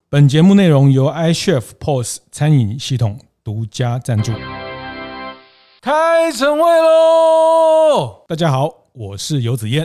本节目内容由 iChef POS 餐饮系统独家赞助。开晨会喽！大家好，我是游子燕。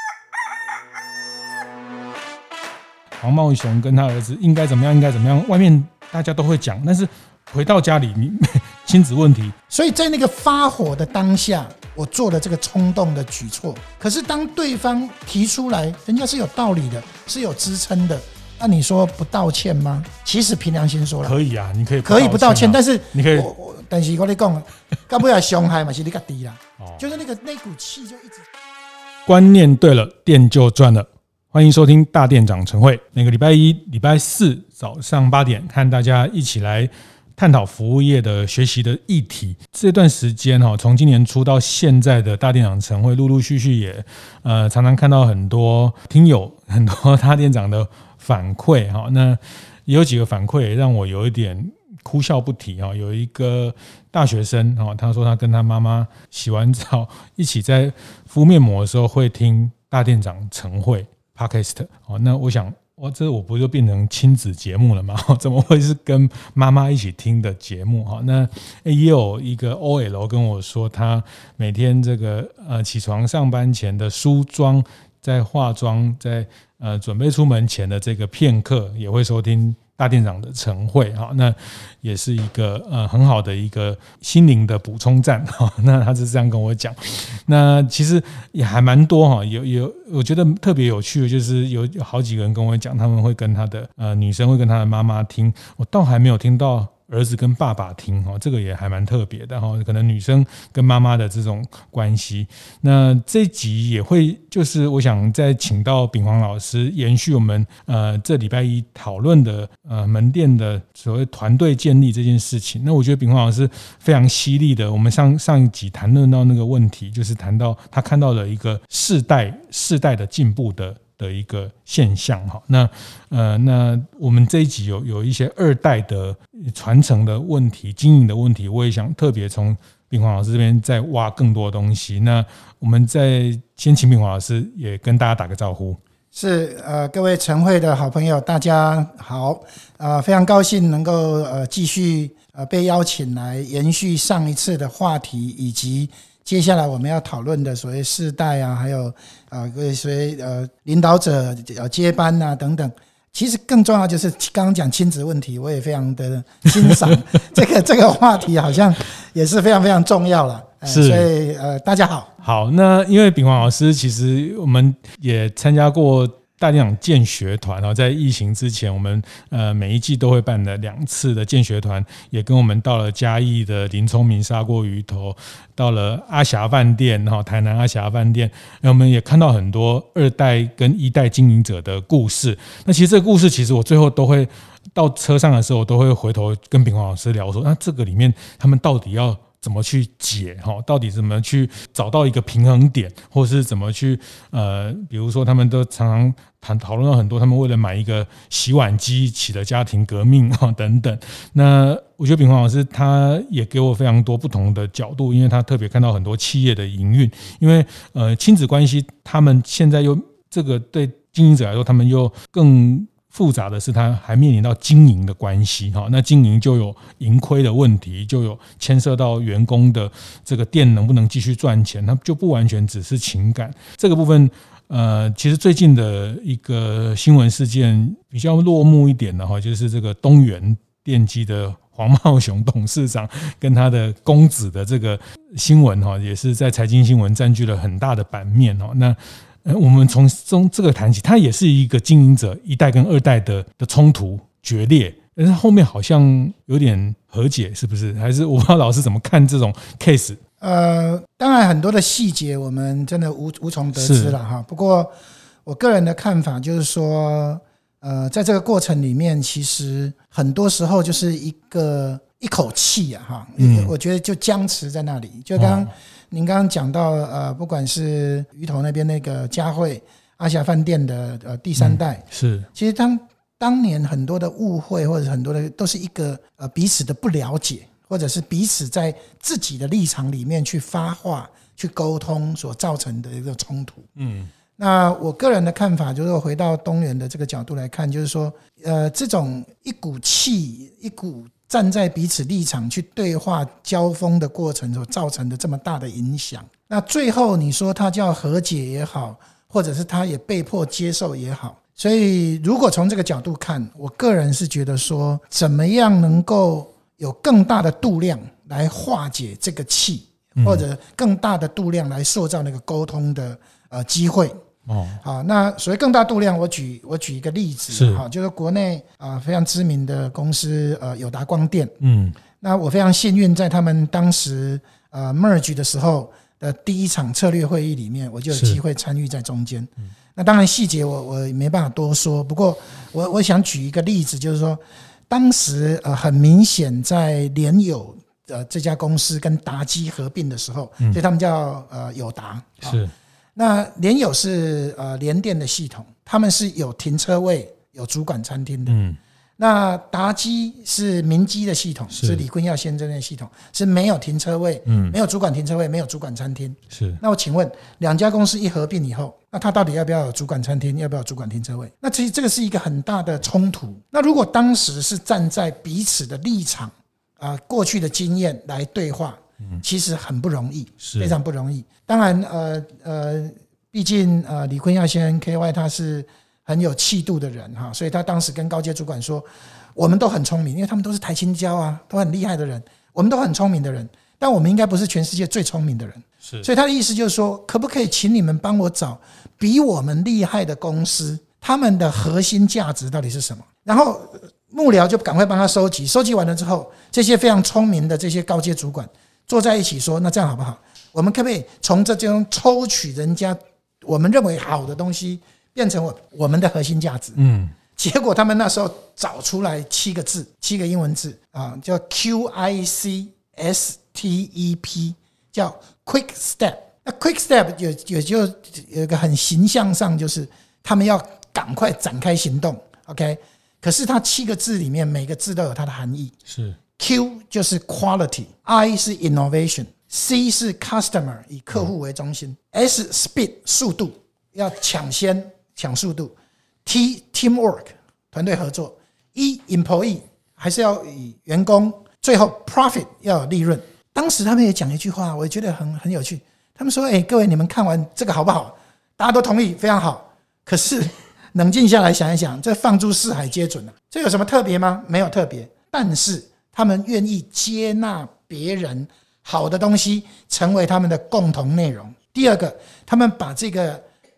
黄茂雄跟他儿子应该怎么样，外面大家都会讲，但是回到家里，你亲子问题。 所以在那个发火的当下，我做了这个冲动的举措。可是当对方提出来，人家是有道理的，是有支撑的。那你说不道歉吗？其实凭良心说了， 可以啊，你可以不道歉，但是你可以， 但是我跟你讲，到尾要伤害嘛是你自己啦，就是那股气就一直。 观念对了，店就赚了。欢迎收听大店长晨会，每个礼拜一、礼拜四早上8点，和大家一起来探讨服务业的学习的议题。这段时间从今年初到现在的大店长晨会，陆陆续续也常常看到很多听友、很多大店长的反馈。那也有几个反馈让我有一点哭笑不提。有一个大学生，他说他跟他妈妈洗完澡一起在敷面膜的时候会听大店长晨会 Podcast。 那我想这我不就变成亲子节目了吗？怎么会是跟妈妈一起听的节目？那也有一个 OL 跟我说，他每天这个起床上班前的梳妆，在化妆，在准备出门前的这个片刻，也会收听大店长的晨会。那也是一个很好的一个心灵的补充站。那他是这样跟我讲。那其实也还蛮多有我觉得特别有趣的，就是有好几个人跟我讲，他们会跟他的女生会跟他的妈妈听，我倒还没有听到儿子跟爸爸听，这个也还蛮特别的，可能女生跟妈妈的这种关系。那这一集也会就是我想再请到秉煌老师延续我们这礼拜一讨论的门店的所谓团队建立这件事情。那我觉得秉煌老师非常犀利的，我们上一集谈论到那个问题，就是谈到他看到了一个世代的进步的一个现象。那我们这一集有一些二代的传承的问题、经营的问题，我也想特别从秉煌老师这边再挖更多的东西。那我们再先请秉煌老师也跟大家打个招呼。 是各位晨会的好朋友，大家好。非常高兴能够继续被邀请来延续上一次的话题，以及接下来我们要讨论的所谓世代啊，还有所谓领导者接班啊等等。其实更重要就是刚刚讲亲子问题，我也非常的欣赏这个话题，好像也是非常非常重要了。所以大家好。 好，那因为秉煌老师其实我们也参加过大店长建学团，在疫情之前，我们每一季都会办了2次的建学团，也跟我们到了嘉义的林聪明砂锅鱼头，到了阿霞饭店，台南阿霞饭店，我们也看到很多2代跟1代经营者的故事。那其实这个故事，其实我最后都会到车上的时候，我都会回头跟秉煌老师聊说，那这个里面他们到底要怎么去解，到底怎么去找到一个平衡点，或是怎么去比如说他们都常常讨论到很多，他们为了买一个洗碗机起了家庭革命等等。那我觉得秉煌老师他也给我非常多不同的角度，因为他特别看到很多企业的营运，因为亲子关系他们现在又这个对经营者来说，他们又更复杂的是，它还面临到经营的关系。那经营就有盈亏的问题，就有牵涉到员工的这个店能不能继续赚钱，它就不完全只是情感这个部分。其实最近的一个新闻事件比较落幕一点的，就是这个东元电机的黄茂雄董事长跟他的公子的这个新闻，也是在财经新闻占据了很大的版面。那我们从这个谈起，它也是一个经营者1代跟2代的冲突决裂，但是后面好像有点和解，是不是？还是我不知道老师怎么看这种 case？ 当然很多的细节我们真的无从得知了哈。不过我个人的看法就是说，在这个过程里面，其实很多时候就是一口气哈，我觉得就僵持在那里。就您刚刚讲到不管是鱼头那边那个嘉惠阿霞饭店的第3代， 是其实当年很多的误会，或者很多的都是一个彼此的不了解，或者是彼此在自己的立场里面去发话、去沟通所造成的一个冲突。 那我个人的看法就是回到东元的这个角度来看，就是说这种一股气一股站在彼此立场去对话交锋的过程所造成的这么大的影响，那最后你说他叫和解也好，或者是他也被迫接受也好，所以如果从这个角度看，我个人是觉得说怎么样能够有更大的度量来化解这个气，或者更大的度量来塑造那个沟通的机会。好，那所谓更大度量，我举一个例子，就是国内非常知名的公司友达光电，那我非常幸运，在他们当时merge 的时候的第一场策略会议里面，我就有机会参与在中间。那当然细节我没办法多说，不过我想举一个例子，就是说当时很明显在联友这家公司跟达基合并的时候，所以他们叫友达。 是。 那联友是联电的系统，他们是有停车位、有主管餐厅的。那达基是明基的系统，是李坤耀先生的系统，是没有停车位，没有主管停车位，没有主管餐厅。 是。 那我请问，两家公司一合并以后，那他到底要不要有主管餐厅，要不要有主管停车位？那其实这个是一个很大的冲突。那如果当时是站在彼此的立场过去的经验来对话，其实很不容易，非常不容易。当然毕竟李坤耀先生 KY 他是很有气度的人哈，所以他当时跟高阶主管说，我们都很聪明，因为他们都是台清交啊，都很厉害的人，我们都很聪明的人，但我们应该不是全世界最聪明的人。所以他的意思就是说，可不可以请你们帮我找比我们厉害的公司，他们的核心价值到底是什么？然后幕僚就赶快帮他收集，收集完了之后，这些非常聪明的这些高阶主管坐在一起说，那这样好不好？我们可不可以从这中抽取人家我们认为好的东西，变成我们的核心价值？结果他们那时候找出来7个字，7个英文字叫 QICSTEP， 叫 Quick Step。那 Quick Step 也就有一个很形象上，就是他们要赶快展开行动。OK， 可是它7个字里面每个字都有它的含义。是 Q 就是 Quality，I 是 Innovation，C 是 Customer 以客户为中心，S Speed 速度要抢速度，T Teamwork 团队合作，E Employee 还是要以员工，最后 Profit 要有利润。当时他们也讲一句话，我觉得很有趣。他们说：“各位你们看完这个好不好？”大家都同意，非常好。可是冷静下来想一想，这放诸四海皆准啊，这有什么特别吗？没有特别，但是他们愿意接纳别人好的东西成为他们的共同内容。第二个，他们把这个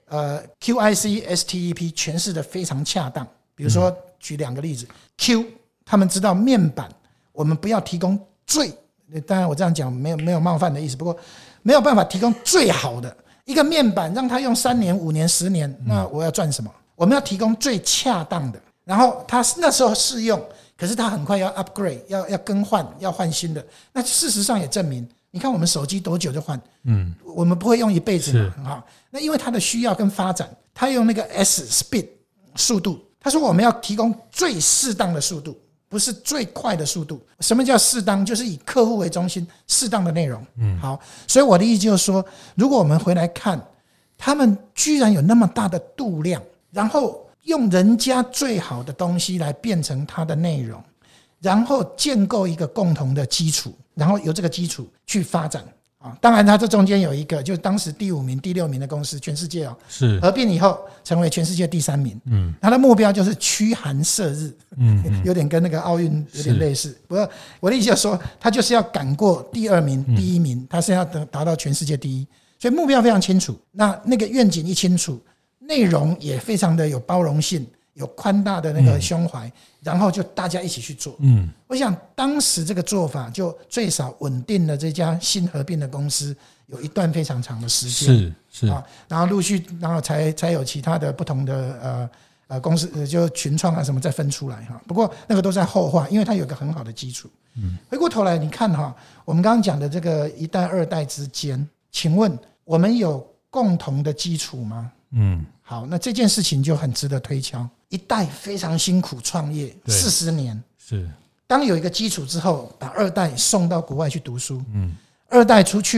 QICSTEP 诠释的非常恰当。比如说举2个例子 ，Q 他们知道面板我们不要提供当然我这样讲没有冒犯的意思，不过没有办法提供最好的一个面板，让他用3年、5年、10年，那我要赚什么？我们要提供最恰当的。然后他那时候试用，可是他很快要 upgrade， 要更换，要换新的。那事实上也证明，你看我们手机多久就换，我们不会用一辈子嘛。那因为他的需要跟发展，他用那个 S Speed 速度，他说我们要提供最适当的速度，不是最快的速度。什么叫适当？就是以客户为中心，适当的内容。好，所以我的意思就是说，如果我们回来看，他们居然有那么大的度量，然后用人家最好的东西来变成它的内容，然后建构一个共同的基础，然后由这个基础去发展。当然它这中间有一个就是当时第5名第6名的公司，全世界是合并以后成为全世界第3名。它的目标就是驱寒射日，有点跟那个奥运有点类似。不过我的意思就是说，它就是要赶过第2名第1名，它是要达到全世界第1，所以目标非常清楚。那个愿景一清楚，内容也非常的有包容性，有宽大的那个胸怀，然后就大家一起去做。我想当时这个做法就最少稳定了这家新合并的公司有一段非常长的时间。是然后陆续，然后才有其他的不同的公司，就群创啊什么再分出来哈。不过那个都在后话，因为它有一个很好的基础。回过头来你看哈，我们刚刚讲的这个1代2代之间，请问我们有共同的基础吗？好，那这件事情就很值得推敲。1代非常辛苦创业40年，是当有一个基础之后，把2代送到国外去读书，2代出去了，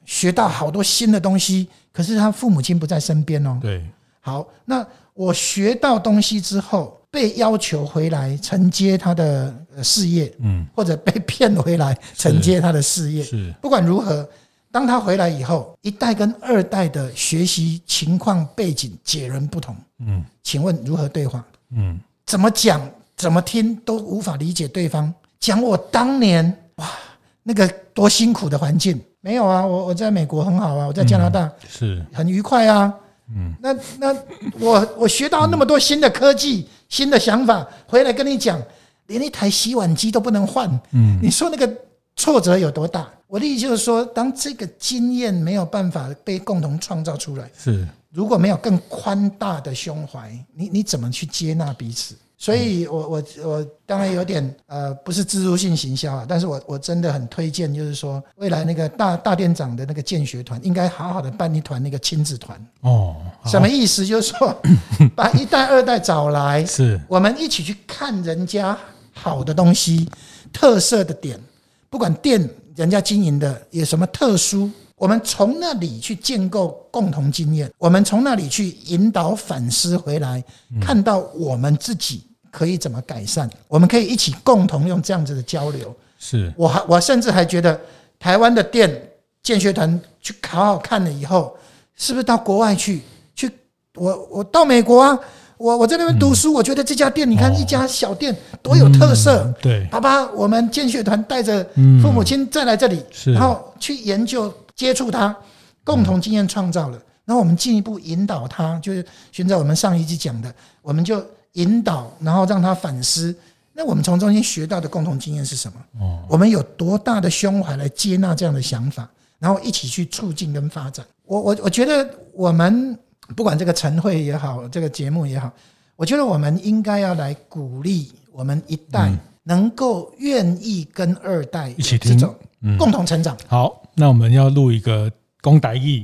学到好多新的东西，可是他父母亲不在身边哦。 对， 好，那我学到东西之后，被要求回来承接他的事业，或者被骗回来承接他的事业， 是不管如何，当他回来以后，一代跟二代的学习情况背景截然不同。请问如何对话？怎么讲怎么听都无法理解对方。讲我当年哇那个多辛苦的环境，没有啊，我在美国很好啊，我在加拿大是很愉快啊。那我学到那么多新的科技、新的想法，回来跟你讲，连一台洗碗机都不能换，你说那个挫折有多大？我的意思就是说，当这个经验没有办法被共同创造出来， 是如果没有更宽大的胸怀，你怎么去接纳彼此？所以我当然有点不是植入性行销啊，但是我真的很推荐，就是说未来那个大店长的那个建学团应该好好的办一团那个亲子团哦。什么意思？就是说把一代二代找来，是我们一起去看人家好的东西、特色的点，不管店人家经营的有什么特殊，我们从那里去建构共同经验，我们从那里去引导反思回来，看到我们自己可以怎么改善，我们可以一起共同用这样子的交流。是我甚至还觉得台湾的店建学团去好好看了以后，是不是到国外去我到美国啊，我在那边读书，我觉得这家店你看一家小店多有特色。对，爸爸，我们建学团带着父母亲再来这里，然后去研究接触他，共同经验创造了，然后我们进一步引导他，就是循着我们上一集讲的，我们就引导，然后让他反思。那我们从中间学到的共同经验是什么？我们有多大的胸怀来接纳这样的想法，然后一起去促进跟发展。我觉得我们不管这个晨会也好，这个节目也好，我觉得我们应该要来鼓励我们一代能够愿意跟二代一起听这种共同成长。 好，那我们要录一个公台语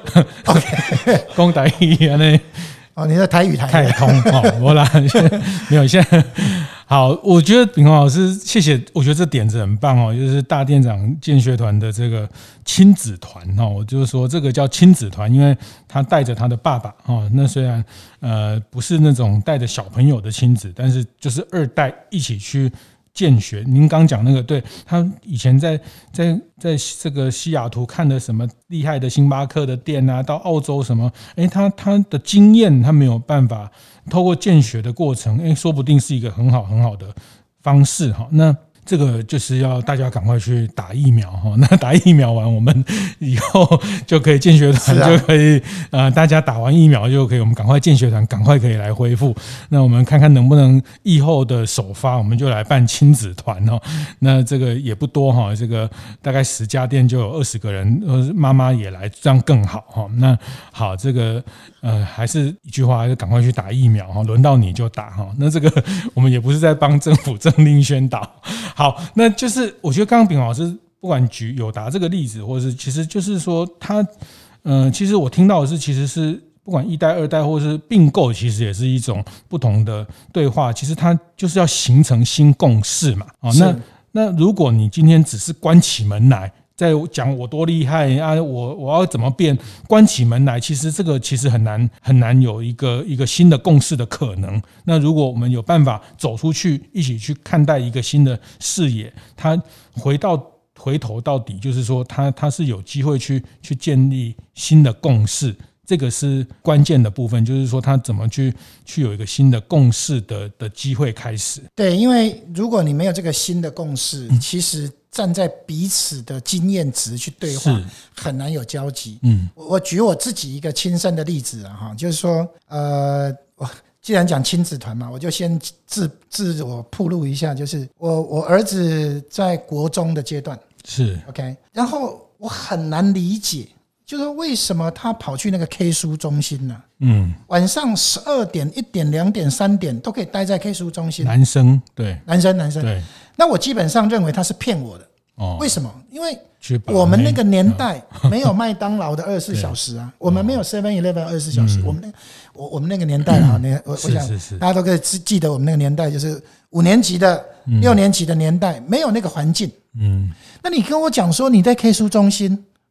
，OK， 公台语呢？ 你的台语太通我啦，没有现在。好，我觉得秉宏老师，谢谢，我觉得这点子很棒就是大店长建学团的这个亲子团我就是说这个叫亲子团，因为他带着他的爸爸那虽然不是那种带着小朋友的亲子，但是就是二代一起去建学。您刚讲那个，对，他以前在这个西雅图看的什么厉害的星巴克的店啊，到澳洲什么，他的经验他没有办法透过建学的过程，说不定是一个很好的方式那这个就是要大家赶快去打疫苗那打疫苗完，我们以后就可以建学团就可以大家打完疫苗就可以，我们赶快建学团赶快可以来恢复。那我们看看能不能疫后的首发，我们就来办亲子团那这个也不多这个大概10家店就有20个人，妈妈也来，这样更好那好，这个还是一句话，还是赶快去打疫苗轮到你就打那这个我们也不是在帮政府政令宣导。好，那就是我觉得刚刚秉宏老师不管举友达这个例子，或是其实就是说他其实我听到的是，其实是不管一代二代或是并购，其实也是一种不同的对话，其实它就是要形成新共识嘛那如果你今天只是关起门来在讲我多厉害啊，我要怎么变？关起门来，其实这个其实很难有一个新的共识的可能。那如果我们有办法走出去，一起去看待一个新的视野，它回头到底，就是说它是有机会去建立新的共识。这个是关键的部分，就是说他怎么去有一个新的共识的机会开始。 对，因为如果你没有这个新的共识，其实站在彼此的经验值去对话，很难有交集。我举我自己一个亲身的例子就是说，既然讲亲子团嘛，我就先自我暴露一下，就是我儿子在国中的阶段是 OK， 然后我很难理解。就是为什么他跑去那个 K 书中心呢？晚上12点、1点、2点、3点都可以待在 K 书中心。男生对。那我基本上认为他是骗我的。为什么？因为我们那个年代没有麦当劳的24小时啊，我们没有 7-Eleven 24小时。我们那个年代我想大家都可以记得我们那个年代，就是5年级的、6年级的年代，没有那个环境。那你跟我讲说你在 K 书中心。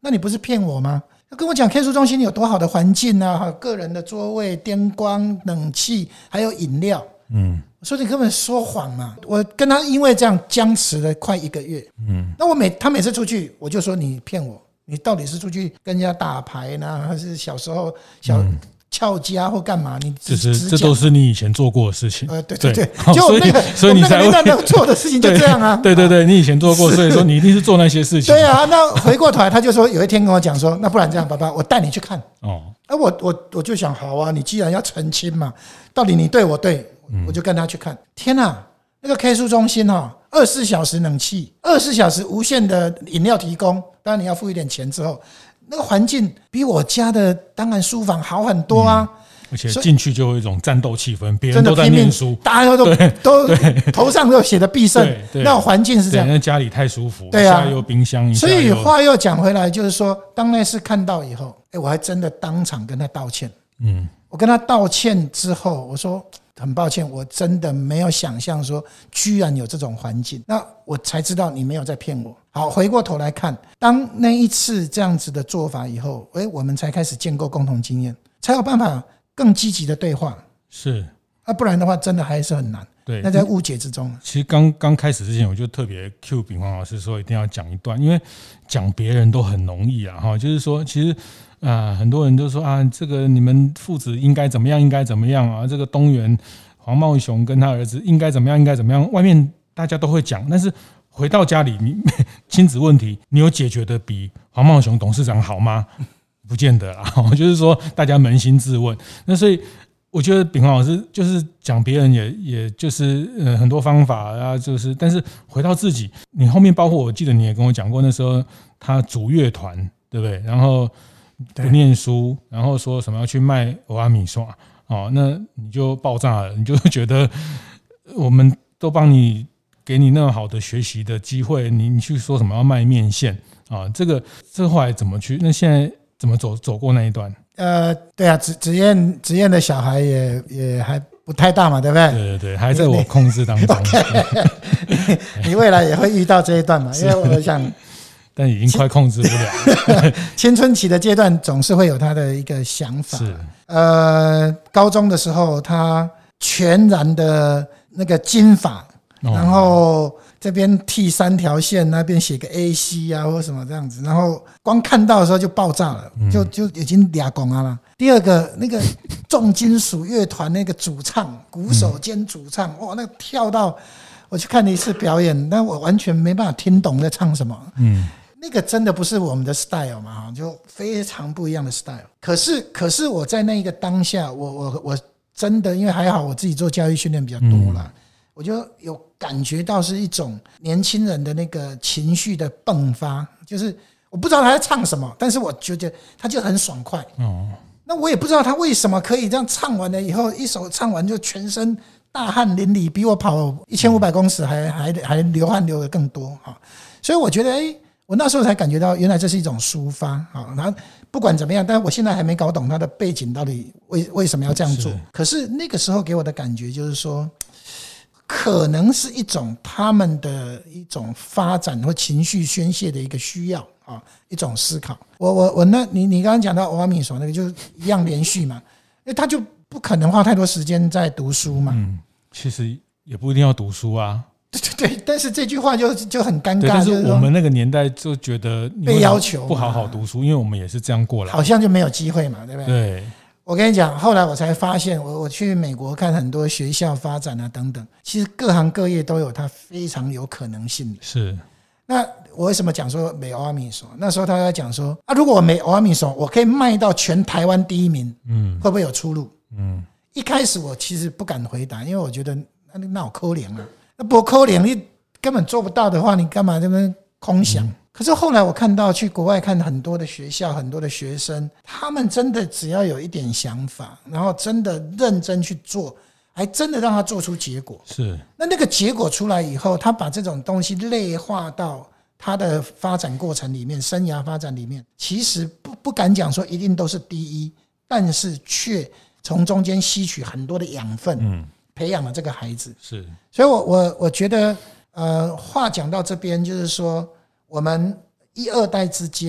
那你不是骗我吗？跟我讲 K 书中心有多好的环境啊，个人的座位、灯光、冷气，还有饮料。我说你根本说谎嘛！我跟他因为这样僵持了快1个月。那他每次出去，我就说你骗我，你到底是出去跟人家打牌呢，还是小时候翘家或干嘛？ 这都是你以前做过的事情。 对，就所以你才会做的事情就这样啊。 对，你以前做过，所以说你一定是做那些事情。 对啊，那回过头来，他就说有一天跟我讲说，那不然这样，爸爸，我带你去看。我就想，好啊，你既然要澄清嘛，到底你对我对，我就跟他去看。天哪，那个 K 书中心24小时冷气，24小时无限的饮料提供，当然你要付一点钱之后。那个环境比我家的当然书房好很多啊， 而且进去就有一种战斗气氛，别人都在念书， 大家都头上都写的必胜，那种环境是这样。 那家里太舒服， 对啊， 下有冰箱， 所以话又讲回来，就是说，当那次看到以后，我还真的当场跟他道歉。我跟他道歉之后，我说很抱歉，我真的没有想象说居然有这种环境，那我才知道你没有在骗我。好，回过头来看，当那一次这样子的做法以后，我们才开始建构共同经验，才有办法更积极的对话。 是， 不然的话真的还是很难。 对， 那在误解之中。 其实刚开始之前，我就特别 cue 秉煌老师说一定要讲一段，因为讲别人都很容易啊，就是说其实很多人都说啊，这个你们父子应该怎么样，应该怎么样啊，这个东元黄茂雄跟他儿子应该怎么样，应该怎么样，外面大家都会讲，但是回到家里，你亲子问题，你有解决的比黄茂雄董事长好吗？不见得啦，就是说大家扪心自问。那所以我觉得秉煌老师就是讲别人也就是很多方法啊，就是但是回到自己，你后面包括我记得你也跟我讲过，那时候他组乐团，对不对？然后不念书，然后说什么要去卖蚵仔米线，那你就爆炸了，你就觉得我们都帮你。给你那么好的学习的机会，你去说什么要卖面线啊？这后来怎么去？那现在怎么走过那一段？ 对啊，职业的小孩也还不太大嘛，对不对？ 对，还在我控制当中。 你未来也会遇到这一段嘛？因为我想， 但已经快控制不了。 青春期的阶段总是会有他的一个想法。 是， 高中的时候他全然的那个金发。然后这边剃3条线，那边写个 AC 啊或什么这样子，然后光看到的时候就爆炸了，就已经俩拱了。第二个那个重金属乐团那个主唱，鼓手兼主唱，哇，那个跳到我去看了一次表演，但我完全没办法听懂在唱什么。那个真的不是我们的 style 嘛，就非常不一样的 style。可是我在那一个当下，我真的因为还好我自己做教育训练比较多啦。我就有感觉到是一种年轻人的那个情绪的迸发，就是我不知道他在唱什么，但是我觉得他就很爽快。那我也不知道他为什么可以这样唱完了以后，一首唱完就全身大汗淋漓，比我跑1500公尺还流汗流得更多。所以我觉得，我那时候才感觉到原来这是一种抒发。然后不管怎么样，但是我现在还没搞懂他的背景到底为什么要这样做。可是那个时候给我的感觉就是说，可能是一种他们的一种发展或情绪宣泄的一个需要一种思考。你刚刚讲到蚵仔米线那个就一样连续嘛，因为他就不可能花太多时间在读书嘛。 其实也不一定要读书啊。 对，但是这句话就很尴尬。 但是我们那个年代就觉得被要求不好好读书，因为我们也是这样过来， 好像就没有机会嘛，对不对？ 对。 我跟你讲，后来我才发现，我去美国看很多学校发展啊等等，其实各行各业都有它非常有可能性的。 是。 那我为什么讲说美蚵仔米线？那时候他在讲说如果我美蚵仔米线，我可以卖到全台湾第1名，会不会有出路？一开始我其实不敢回答，因为我觉得那有可能啊，那不可能，你根本做不到的话，你干嘛这么空想？可是后来我看到去国外看很多的学校，很多的学生，他们真的只要有一点想法，然后真的认真去做，还真的让他做出结果。 是。 那个结果出来以后，他把这种东西内化到他的发展过程里面，生涯发展里面，其实不敢讲说一定都是第一，但是却从中间吸取很多的养分，培养了这个孩子。 是。 所以我觉得话讲到这边，就是说我们1、2代之间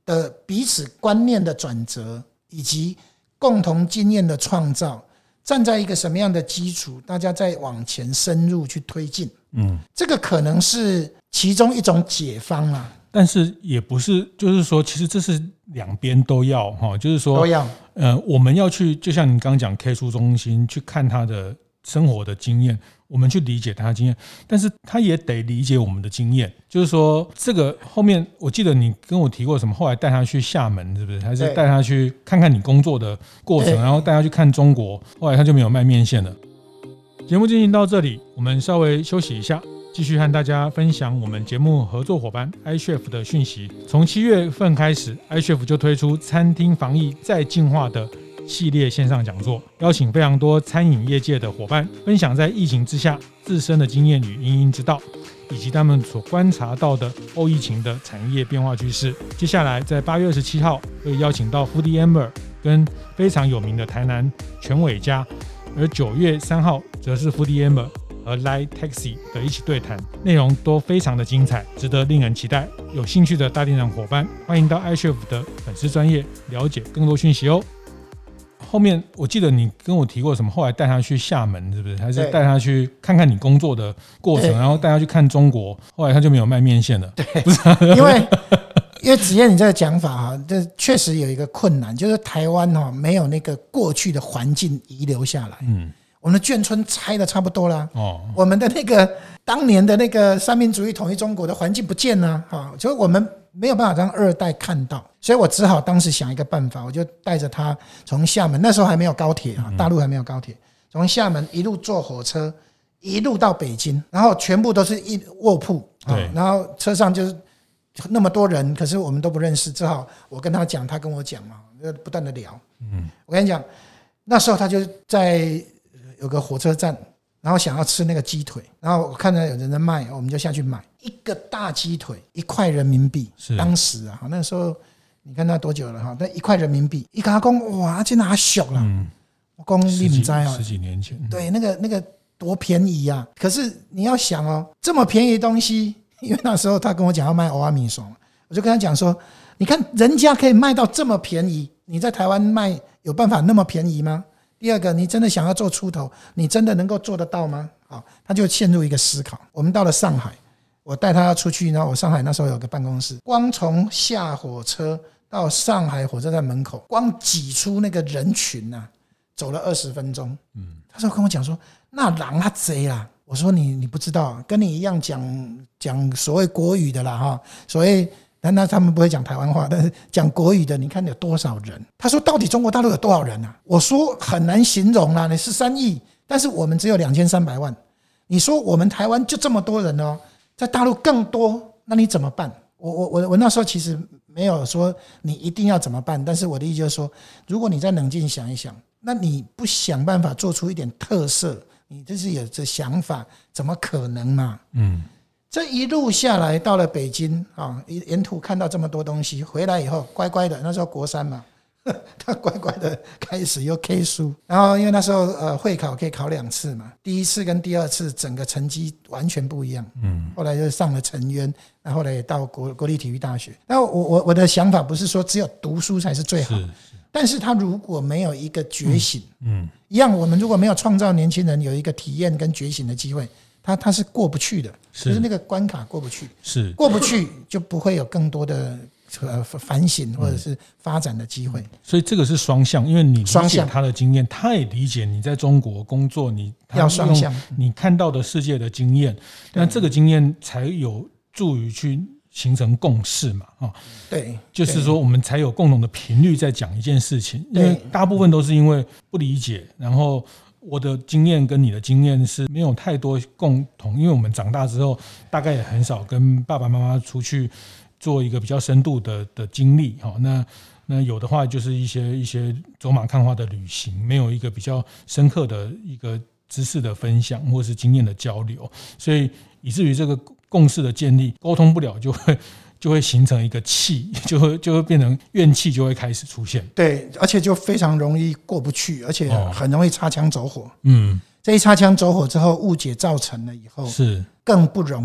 的彼此观念的转折，以及共同经验的创造，站在一个什么样的基础，大家再往前深入去推进。这个可能是其中一种解方啦。 但是也不是，就是说，其实这是两边都要哈，就是说都要。 我们要去，就像你刚刚讲 K 书中心去看他的生活的经验，我们去理解他的经验，但是他也得理解我们的经验。就是说，这个后面我记得你跟我提过什么，后来带他去厦门，是不是？还是带他去看看你工作的过程，然后带他去看中国，后来他就没有卖面线了。节目进行到这里，我们稍微休息一下。继续和大家分享我们节目合作伙伴 iChef 的讯息。从7月份开始 ，iChef 就推出餐厅防疫再进化的系列线上讲座，邀请非常多餐饮业界的伙伴分享在疫情之下自身的经验与因应之道，以及他们所观察到的后疫情的产业变化趋势。接下来在8月27号会邀请到 Foodie Amber 跟非常有名的台南全伟家，而9月3号则是 Foodie Amber和 Light Taxi 的一起对谈，内容都非常的精彩，值得令人期待。有兴趣的大店长伙伴，欢迎到 iChef 的粉丝专页了解更多讯息哦。后面我记得你跟我提过什么，后来带他去厦门，是不是？还是带他去看看你工作的过程，然后带他去看中国，后来他就没有卖面线了。 对，不是因为子燕你这个讲法这确实有一个困难，就是台湾没有那个过去的环境遗留下来。我们的眷村拆的差不多了，我们的那个当年的那个三民主义统一中国的环境不见了，所以我们没有办法让二代看到，所以我只好当时想一个办法，我就带着他从厦门，那时候还没有高铁，大陆还没有高铁，从厦门一路坐火车一路到北京，然后全部都是一卧铺，然后车上就是那么多人，可是我们都不认识，只好我跟他讲，他跟我讲嘛，不断的聊。我跟你讲，那时候他就在有个火车站，然后想要吃那个鸡腿，然后我看到有人在卖，我们就下去买一个大鸡腿，1块人民币。当时那时候你看那多久了那1块人民币，一跟他讲哇，这哪俗了？我讲你不知道十几年前， 对，那个多便宜啊！可是你要想这么便宜的东西，因为那时候他跟我讲要卖蚵仔米线，我就跟他讲说，你看人家可以卖到这么便宜，你在台湾卖有办法那么便宜吗？第二个，你真的想要做出头，你真的能够做得到吗？他就陷入一个思考。我们到了上海，我带他出去，然后我上海那时候有个办公室，光从下火车到上海火车站门口，光挤出那个人群走了20分钟。他说跟我讲说，那人啊贼啦。我说你不知道，跟你一样讲所谓国语的啦所谓。那他们不会讲台湾话，但是讲国语的，你看有多少人？他说到底中国大陆有多少人啊？我说很难形容啦，你13亿，但是我们只有2300万。你说我们台湾就这么多人在大陆更多，那你怎么办？我那时候其实没有说你一定要怎么办，但是我的意思就是说，如果你再冷静想一想，那你不想办法做出一点特色，你这是有这想法，怎么可能嘛？这一路下来到了北京沿途看到这么多东西，回来以后乖乖的，那时候国3嘛，他乖乖的开始又 K 书，然后因为那时候会考可以考2次嘛，第一次跟第二次整个成绩完全不一样。后来就上了成渊，然后后来也到国立体育大学。那我的想法不是说只有读书才是最好，但是他如果没有一个觉醒，一样，我们如果没有创造年轻人有一个体验跟觉醒的机会，他是过不去的，就是那个关卡过不去，过不去就不会有更多的反省或者是发展的机会。 所以这个是双向，因为你理解他的经验，他也理解你在中国工作，你要双向， 你看到的世界的经验，那这个经验才有助于去形成共识嘛。 对， 就是说我们才有共同的频率在讲一件事情，因为大部分都是因为不理解，然后我的经验跟你的经验是没有太多共同，因为我们长大之后大概也很少跟爸爸妈妈出去做一个比较深度的经历。那有的话就是一些走马看花的旅行，没有一个比较深刻的一个知识的分享或是经验的交流，所以以至于这个共识的建立沟通不了，就会形成一个气，就会变成怨气，就会开始出现。 对，而且就非常容易过不去，而且很容易擦枪走火。 这一擦枪走火之后，误解造成了以后，是更不容易。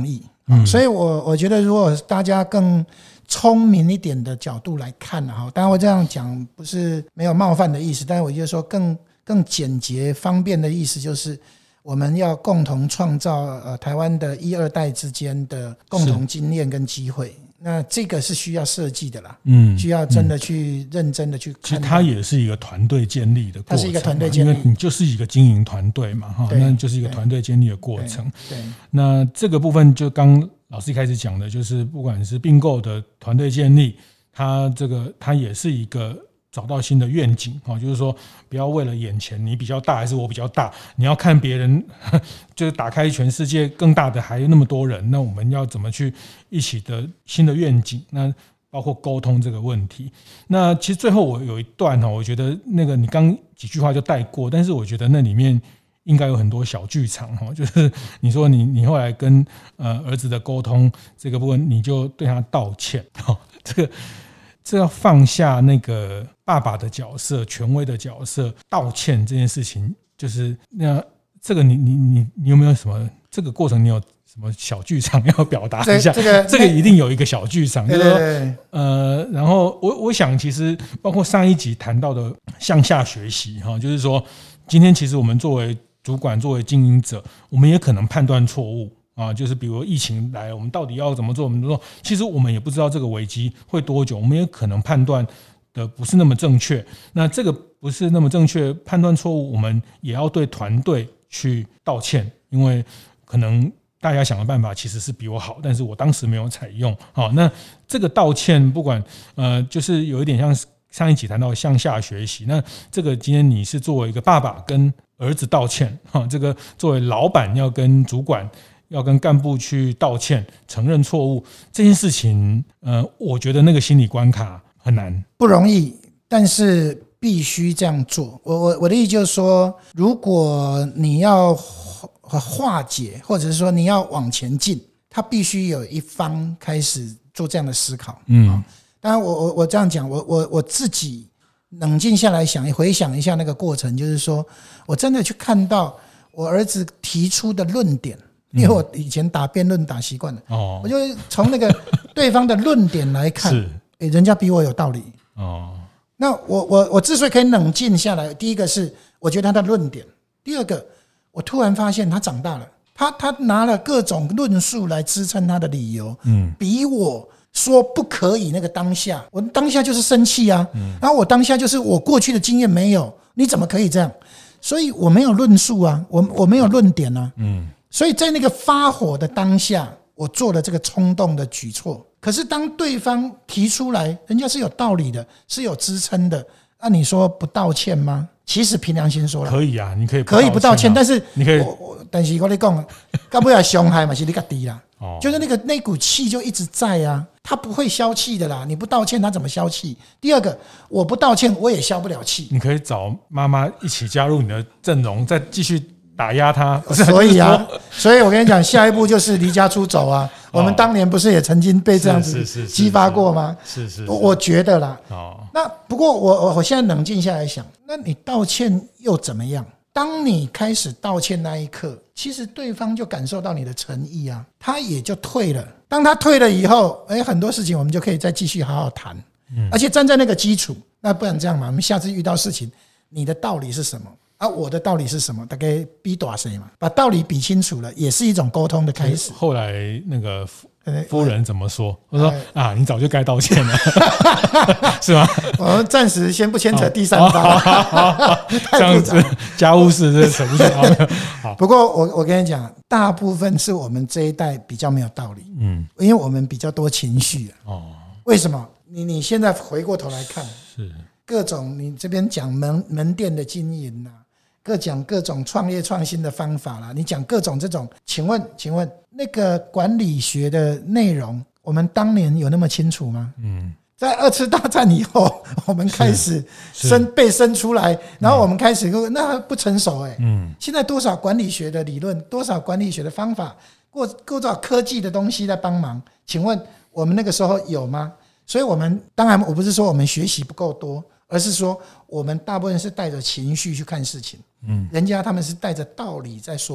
所以我觉得如果大家更聪明一点的角度来看当然我这样讲不是没有冒犯的意思，但是我觉得说更简洁方便的意思就是我们要共同创造台湾的1、2代之间的共同经验跟机会，那这个是需要设计的啦，需要真的去认真的去看。 其实它也是一个团队建立的过程， 它是一个团队建立， 因为你就是一个经营团队嘛，那就是一个团队建立的过程。 对， 那这个部分就刚老师一开始讲的，就是不管是并购的团队建立，它也是一个找到新的愿景，就是说不要为了眼前你比较大还是我比较大，你要看别人就是打开全世界更大的还有那么多人，那我们要怎么去一起的新的愿景，那包括沟通这个问题。那其实最后我有一段我觉得那个你刚几句话就带过，但是我觉得那里面应该有很多小剧场，就是你说你后来跟儿子的沟通这个部分，你就对他道歉，这要放下那个爸爸的角色、权威的角色，道歉这件事情，就是那这个你有没有什么这个过程？你有什么小剧场要表达一下？这个一定有一个小剧场，就是说然后我想其实包括上一集谈到的向下学习就是说今天其实我们作为主管、作为经营者，我们也可能判断错误。就是比如疫情来，我们到底要怎么做？我们说，其实我们也不知道这个危机会多久，我们也可能判断的不是那么正确。那这个不是那么正确，判断错误，我们也要对团队去道歉，因为可能大家想的办法其实是比我好，但是我当时没有采用。那这个道歉，不管就是有一点像上一集谈到向下学习。那这个今天你是作为一个爸爸跟儿子道歉，这个作为老板要跟主管。要跟干部去道歉、承认错误这件事情，我觉得那个心理关卡很难， 不容易，但是必须这样做。我的意思就是说，如果你要化解，或者是说你要往前进，他必须有一方开始做这样的思考。当然我这样讲，我自己冷静下来回想一下那个过程，就是说我真的去看到我儿子提出的论点。因为我以前打辩论打习惯了，我就从那个对方的论点来看，人家比我有道理。那我之所以可以冷静下来，第一个是我觉得他的论点，第二个我突然发现他长大了，他拿了各种论述来支撑他的理由，比我说不可以那个当下，我当下就是生气啊，然后我当下就是我过去的经验没有，你怎么可以这样？所以我没有论述啊，我没有论点啊，所以在那个发火的当下，我做了这个冲动的举措。可是当对方提出来，人家是有道理的，是有支撑的，那你说不道歉吗？其实凭良心说了， 可以啊，你可以不道歉，但是你可以， 但是我跟你讲，到尾伤害嘛是你自己啦，就是那股气就一直在啊，他不会消气的啦，你不道歉他怎么消气？第二个，我不道歉我也消不了气。 你可以找妈妈一起加入你的阵容，再继续打压他。 所以我跟你讲，下一步就是离家出走啊。我们当年不是也曾经被这样子激发过吗？ 是， 我觉得啦。那不过我现在冷静下来想，那你道歉又怎么样？当你开始道歉那一刻，其实对方就感受到你的诚意啊，他也就退了。当他退了以后，很多事情我们就可以再继续好好谈。而且站在那个基础，那不然这样嘛，我们下次遇到事情，你的道理是什么？我的道理是什么？大概比大谁嘛？把道理比清楚了，也是一种沟通的开始。 后来那个夫人怎么说？我说你早就该道歉了，是吗？ 我们暂时先不牵扯第三方， 这样子家务事这扯不进来。 不过我跟你讲，大部分是我们这一代比较没有道理，因为我们比较多情绪。为什么？你现在回过头来看，是各种你这边讲门店的经营啊。讲各种创业创新的方法啦，你讲各种这种，请问那个管理学的内容，我们当年有那么清楚吗？在二次大战以后，我们开始被生出来，然后我们开始那不成熟现在多少管理学的理论，多少管理学的方法，多少科技的东西在帮忙，请问我们那个时候有吗？所以我们当然我不是说我们学习不够多，而是说我们大部分是带着情绪去看事情，人家他们是带着道理在说明。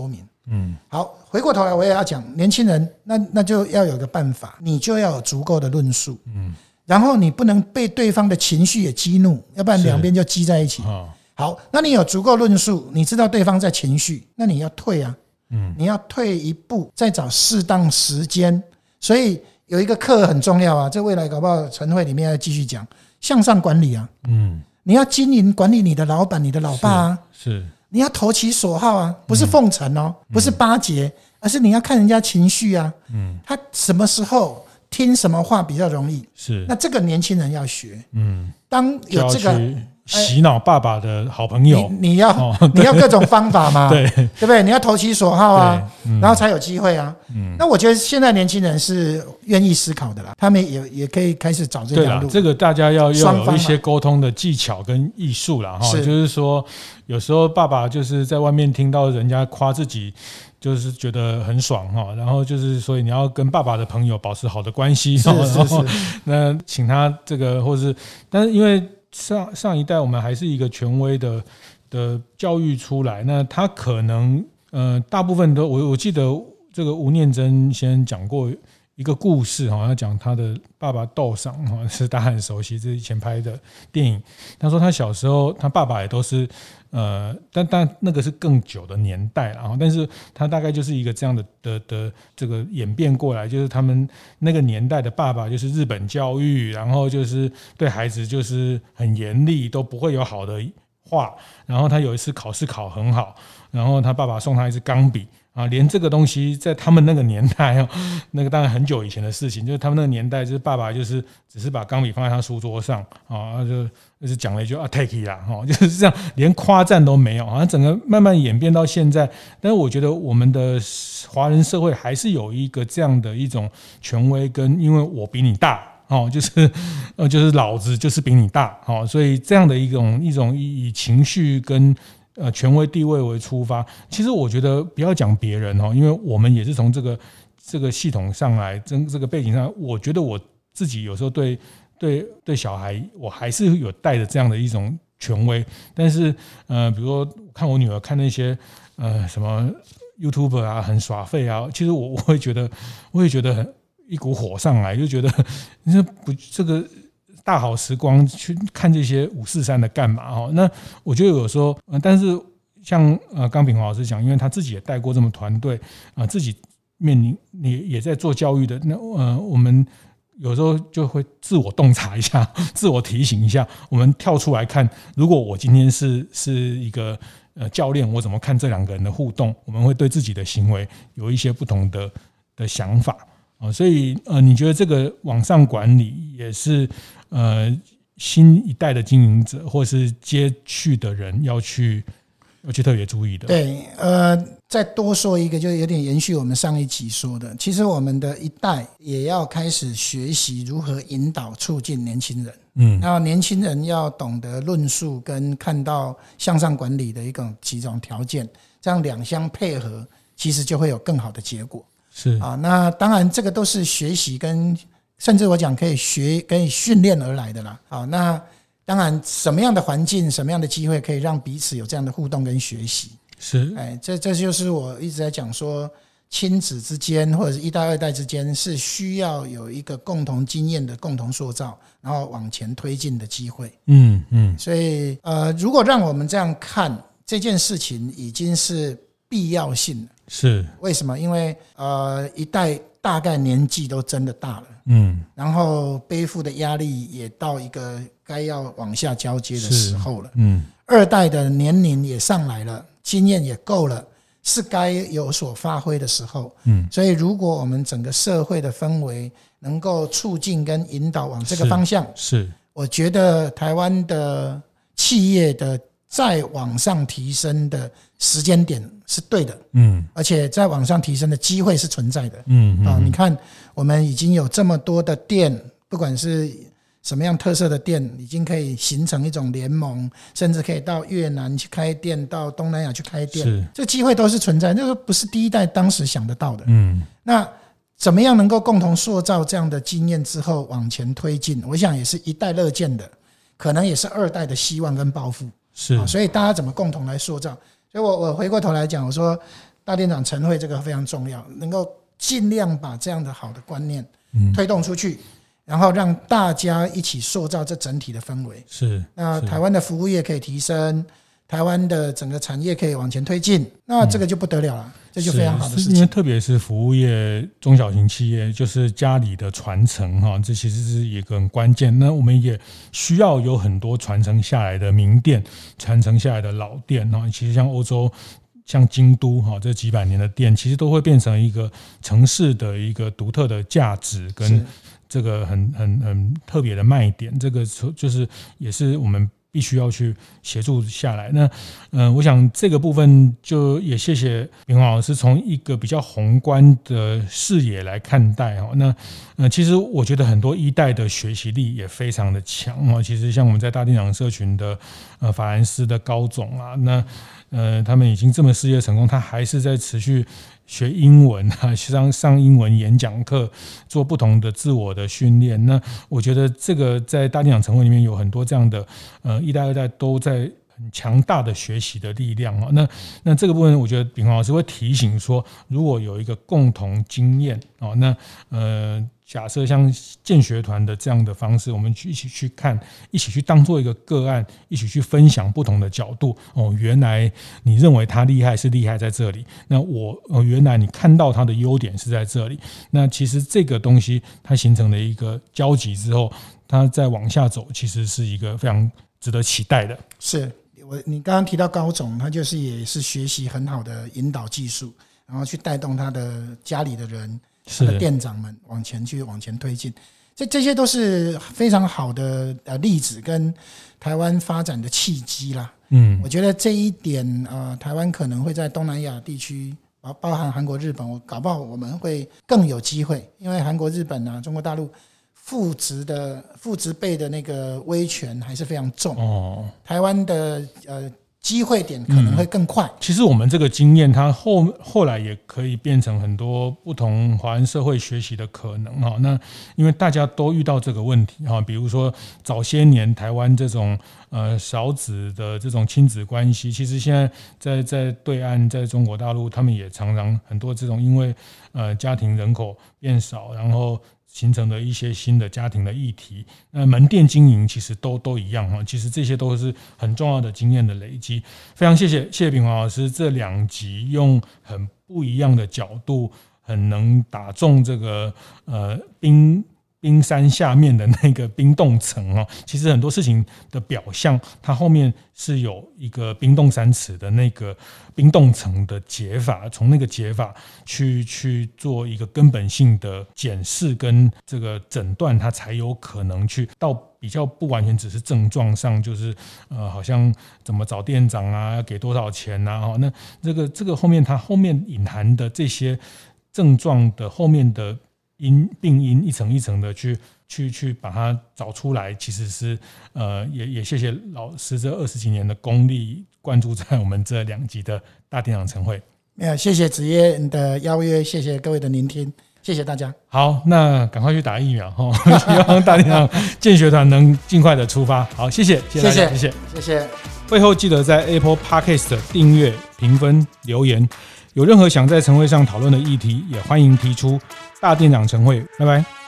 好，回过头来我也要讲，年轻人那就要有个办法，你就要有足够的论述，然后你不能被对方的情绪也激怒，要不然两边就激在一起。好，那你有足够论述，你知道对方在情绪，那你要退啊，你要退一步，再找适当时间。所以有一个课很重要啊，这未来搞不好晨会里面要继续讲向上管理啊。你要经营管理你的老板、你的老爸啊， 是你要投其所好啊，不是奉承哦，不是巴结，而是你要看人家情绪啊。他什么时候听什么话比较容易？ 是， 那这个年轻人要学。当有这个洗脑爸爸的好朋友， 你要各种方法嘛，对不对？你要投其所好啊，然后才有机会啊。那我觉得现在年轻人是愿意思考的啦，他们也可以开始找这条路。 这个大家要有一些沟通的技巧跟艺术啦，就是说有时候爸爸就是在外面听到人家夸自己，就是觉得很爽哈，然后就是所以你要跟爸爸的朋友保持好的关系， 是那请他这个或是，但是因为上一代我们还是一个权威的教育出来，那他可能大部分都我记得这个吴念真先讲过一个故事哈，他讲他的爸爸窦赏哈，是大家很熟悉，这是以前拍的电影。他说他小时候他爸爸也都是但那个是更久的年代了，但是他大概就是一个这样的这个演变过来，就是他们那个年代的爸爸就是日本教育，然后就是对孩子就是很严厉，都不会有好的话。然后他有一次考试考很好，然后他爸爸送他一支钢笔。连这个东西在他们那个年代那个当然很久以前的事情，就是他们那个年代，就是爸爸就是只是把钢笔放在他书桌上就是讲了一句take it 啦，就是这样，连夸赞都没有，好像整个慢慢演变到现在。但是我觉得我们的华人社会还是有一个这样的一种权威跟因为我比你大。就是老子就是比你大，所以这样的一种以情绪跟权威地位为出发，其实我觉得不要讲别人因为我们也是从这个系统上来，这个背景上，我觉得我自己有时候对小孩，我还是有带着这样的一种权威。但是比如说看我女儿看那些什么 YouTuber 啊，很耍废啊，其实我会觉得很一股火上来，就觉得这个大好时光去看这些543的干嘛？那我觉得有时候，但是像刚炳华老师讲，因为他自己也带过这么团队自己面临也在做教育的，那我们有时候就会自我洞察一下，自我提醒一下，我们跳出来看，如果我今天是一个教练，我怎么看这两个人的互动？我们会对自己的行为有一些不同的想法。所以你觉得这个网上管理也是新一代的经营者或是接续的人要去特别注意的？对， 再多说一个，就有点延续我们上一集说的，其实我们的一代也要开始学习如何引导促进年轻人。那年轻人要懂得论述跟看到向上管理的几种条件，这样两相配合，其实就会有更好的结果。 是那当然这个都是学习跟甚至我讲可以训练而来的啦。那当然什么样的环境什么样的机会可以让彼此有这样的互动跟学习， 是这就是我一直在讲说亲子之间或者是一代二代之间是需要有一个共同经验的共同塑造，然后往前推进的机会。所以如果让我们这样看这件事情已经是必要性了。 是为什么？因为一代大概年纪都真的大了，然后背负的压力也到一个该要往下交接的时候了，二代的年龄也上来了，经验也够了，是该有所发挥的时候。所以如果我们整个社会的氛围能够促进跟引导往这个方向，是我觉得台湾的企业的再往上提升的时间点是对的，而且在往上提升的机会是存在的，你看我们已经有这么多的店，不管是什么样特色的店，已经可以形成一种联盟，甚至可以到越南去开店，到东南亚去开店，这机会都是存在，这个不是第一代当时想得到的。那怎么样能够共同塑造这样的经验之后往前推进，我想也是一代乐见的，可能也是二代的希望跟抱负。所以大家怎么共同来塑造？所以我回过头来讲，我说大店长晨会这个非常重要，能够尽量把这样的好的观念推动出去，然后让大家一起塑造这整体的氛围。那台湾的服务业可以提升，台湾的整个产业可以往前推进，那这个就不得了了，这就非常好的事情。 因为特别是服务业、中小型企业，就是家里的传承哈，这其实是一个很关键。那我们也需要有很多传承下来的名店、传承下来的老店哈。其实像欧洲。像京都哈，这几百年的店，其实都会变成一个城市的一个独特的价值跟这个很特别的卖点。这个就是也是我们必须要去协助下来。那我想这个部分就也谢谢秉煌老师从一个比较宏观的视野来看待哈。那其实我觉得很多一代的学习力也非常的强哦。其实像我们在大店长社群的法兰斯的高总啊，那他们已经这么事业成功，他还是在持续学英文啊，上英文演讲课，做不同的自我的训练。那我觉得这个在大店长晨会里面有很多这样的一代二代都在很强大的学习的力量啊。那这个部分，我觉得秉煌老师会提醒说，如果有一个共同经验啊，那假设像建学团的这样的方式，我们一起去看，一起去当做一个个案，一起去分享不同的角度。原来你认为他厉害是厉害在这里，那原来你看到他的优点是在这里。那其实这个东西它形成了一个交集之后，它再往下走，其实是一个非常值得期待的。 你刚刚提到高总，他就是也是学习很好的引导技术，然后去带动他的家里的人。他的店长们往前推进，这些都是非常好的例子跟台湾发展的契机啦。我觉得这一点台湾可能会在东南亚地区，包含韩国、日本，搞不好我们会更有机会，因为韩国、日本啊、中国大陆父职辈的那个威权还是非常重。台湾的机会点可能会更快。 其实我们这个经验，它后来也可以变成很多不同华人社会学习的可能哈。那因为大家都遇到这个问题哈，比如说早些年台湾这种少子的这种亲子关系，其实现在在对岸，在中国大陆，他们也常常很多这种因为家庭人口变少，然后形成的一些新的家庭的议题，门店经营其实都一样哈。其实这些都是很重要的经验的累积。非常谢谢秉煌老师这2集用很不一样的角度，很能打中这个冰山下面的那个冰冻层哦。其实很多事情的表象，它后面是有一个冰冻3尺的那个冰冻层的解法，从那个解法去做一个根本性的检视跟这个诊断，它才有可能去到比较不完全只是症状上，就是好像怎么找店长啊，要给多少钱啊，那这个后面它后面隐含的这些症状的后面的病因一层一层的去把它找出来，其实是也谢谢老师这20几年的功力灌注在我们这2集的大店长晨会。 谢谢子夜的邀约，谢谢各位的聆听，谢谢大家。 好，那赶快去打疫苗希望大店长建学团能尽快的出发。好，谢谢大家，谢谢。会后记得在 Apple Podcast 订阅、评分、留言。有任何想在晨会上讨论的议题，也欢迎提出。大店长晨会，拜拜。